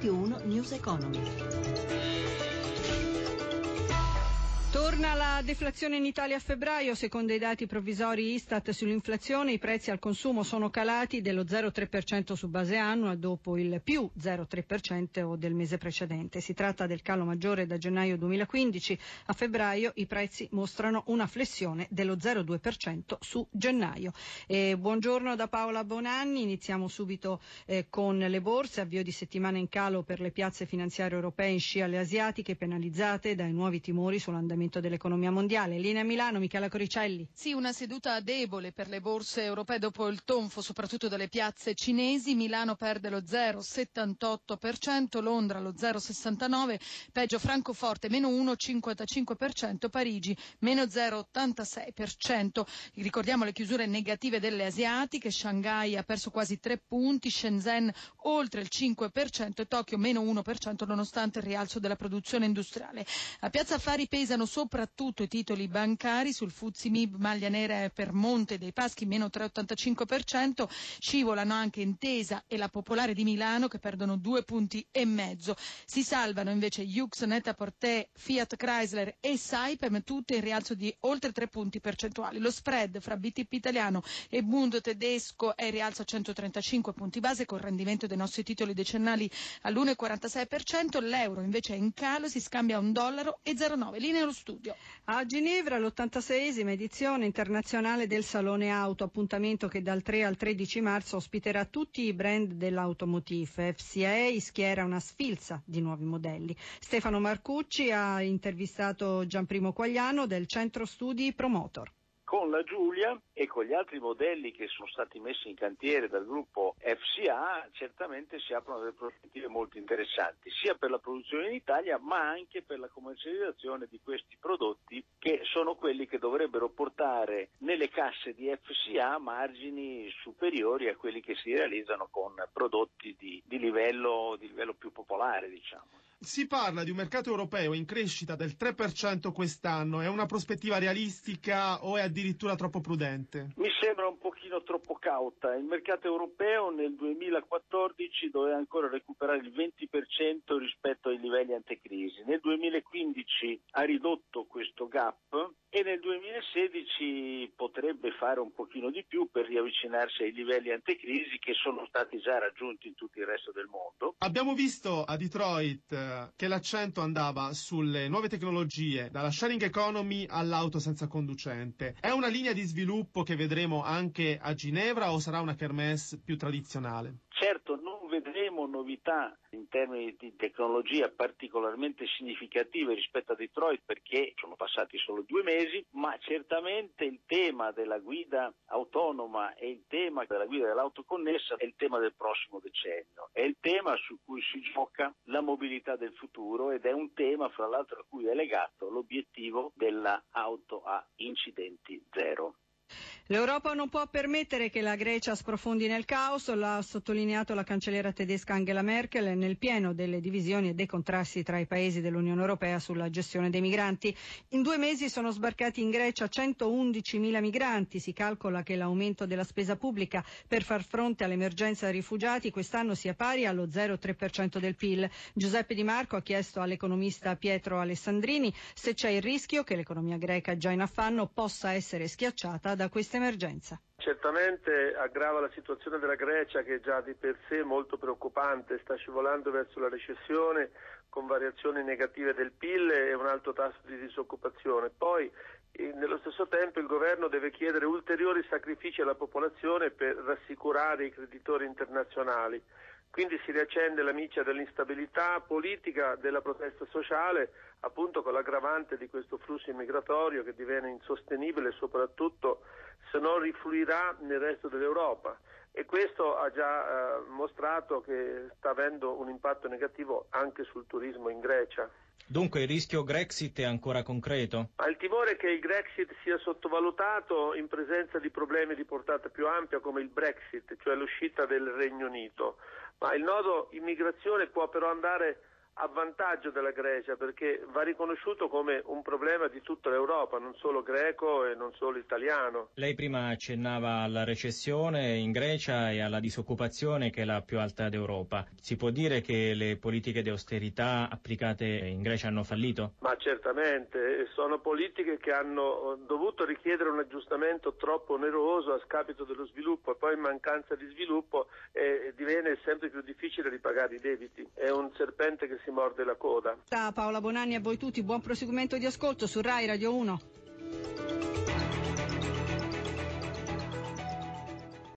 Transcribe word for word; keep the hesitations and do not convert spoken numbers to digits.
Radio uno News Economy. Torna la deflazione in Italia a febbraio. Secondo i dati provvisori Istat sull'inflazione, i prezzi al consumo sono calati dello zero virgola tre per cento su base annua dopo il più zero virgola tre per cento del mese precedente. Si tratta del calo maggiore da gennaio duemilaquindici. A febbraio i prezzi mostrano una flessione dello zero virgola due per cento su gennaio. E buongiorno da Paola Bonanni. Iniziamo subito eh, con le borse. Avvio di settimana in calo per le piazze finanziarie europee in scia alle asiatiche, penalizzate dai nuovi timori sull'andamento dell'economia mondiale. Linea Milano, Michela Coricelli. Sì, una seduta debole per le borse europee dopo il tonfo soprattutto delle piazze cinesi. Milano perde lo zero virgola settantotto per cento, Londra lo zero virgola sessantanove per cento, peggio Francoforte meno uno virgola cinquantacinque per cento, Parigi meno zero virgola ottantasei per cento. Ricordiamo le chiusure negative delle asiatiche. Shanghai ha perso quasi tre punti, Shenzhen oltre il cinque per cento e Tokyo meno uno per cento nonostante il rialzo della produzione industriale. A Piazza Affari pesano soprattutto i titoli bancari. Sul F T S E M I B maglia nera per Monte dei Paschi meno tre virgola ottantacinque per cento, scivolano anche Intesa e la Popolare di Milano che perdono due punti e mezzo. Si salvano invece Yux, Net-a-Porter, Fiat Chrysler e Saipem, tutte in rialzo di oltre tre punti percentuali. Lo spread fra B T P italiano e Bund tedesco è in rialzo a centotrentacinque punti base con il rendimento dei nostri titoli decennali all'uno virgola quarantasei per cento. L'euro invece è in calo, si scambia a un dollaro e zero virgola nove. Linea allo studio. A Ginevra l'ottantaseiesima edizione internazionale del Salone Auto, appuntamento che dal tre al tredici marzo ospiterà tutti i brand dell'automotive. F C A schiera una sfilza di nuovi modelli. Stefano Marcucci ha intervistato Gianprimo Quagliano del Centro Studi Promotor. Con la Giulia e con gli altri modelli che sono stati messi in cantiere dal gruppo F C A certamente si aprono delle prospettive molto interessanti, sia per la produzione in Italia ma anche per la commercializzazione di questi prodotti che sono quelli che dovrebbero portare nelle casse di F C A margini superiori a quelli che si realizzano con prodotti di, di livello, di livello più popolare, diciamo. Si parla di un mercato europeo in crescita del tre per cento quest'anno. È una prospettiva realistica o è addirittura troppo prudente? Mi sembra un pochino troppo cauta. Il mercato europeo nel duemilaquattordici doveva ancora recuperare il venti per cento rispetto ai livelli antecrisi. Nel duemilaquindici ha ridotto questo gap e nel duemilasedici potrebbe fare un pochino di più per riavvicinarsi ai livelli antecrisi che sono stati già raggiunti in tutto il resto del mondo. Abbiamo visto a Detroit eh, che l'accento andava sulle nuove tecnologie, dalla sharing economy all'auto senza conducente. È una linea di sviluppo che vedremo anche a Ginevra o sarà una kermesse più tradizionale? Certo, non vedremo novità in termini di tecnologia particolarmente significative rispetto a Detroit perché sono passati solo due mesi, ma certamente il tema della guida autonoma e il tema della guida dell'auto connessa è il tema del prossimo decennio, è il tema su cui si gioca la mobilità del futuro ed è un tema fra l'altro a cui è legato l'obiettivo della auto a incidenti zero. L'Europa non può permettere che la Grecia sprofondi nel caos, l'ha sottolineato la cancelliera tedesca Angela Merkel nel pieno delle divisioni e dei contrasti tra i paesi dell'Unione Europea sulla gestione dei migranti. In due mesi sono sbarcati in Grecia centoundicimila migranti. Si calcola che l'aumento della spesa pubblica per far fronte all'emergenza rifugiati quest'anno sia pari allo zero virgola tre per cento del P I L. Giuseppe Di Marco ha chiesto all'economista Pietro Alessandrini se c'è il rischio che l'economia greca già in affanno possa essere schiacciata da questa emergenza. Certamente aggrava la situazione della Grecia che già di per sé è molto preoccupante, sta scivolando verso la recessione con variazioni negative del P I L e un alto tasso di disoccupazione. Poi eh, nello stesso tempo il governo deve chiedere ulteriori sacrifici alla popolazione per rassicurare i creditori internazionali. Quindi si riaccende la miccia dell'instabilità politica, della protesta sociale, appunto con l'aggravante di questo flusso immigratorio che diviene insostenibile soprattutto se non rifluirà nel resto dell'Europa. E questo ha già eh, mostrato che sta avendo un impatto negativo anche sul turismo in Grecia. Dunque il rischio Grexit è ancora concreto? Ma il timore è che il Grexit sia sottovalutato in presenza di problemi di portata più ampia come il Brexit, cioè l'uscita del Regno Unito. Ma il nodo immigrazione può però andare a vantaggio della Grecia, perché va riconosciuto come un problema di tutta l'Europa, non solo greco e non solo italiano. Lei prima accennava alla recessione in Grecia e alla disoccupazione che è la più alta d'Europa. Si può dire che le politiche di austerità applicate in Grecia hanno fallito? Ma certamente, sono politiche che hanno dovuto richiedere un aggiustamento troppo oneroso a scapito dello sviluppo, e poi in mancanza di sviluppo eh, diviene sempre più difficile ripagare i debiti. È un serpente che si morde la coda. Da Paola Bonanni a voi tutti, buon proseguimento di ascolto su Rai Radio uno.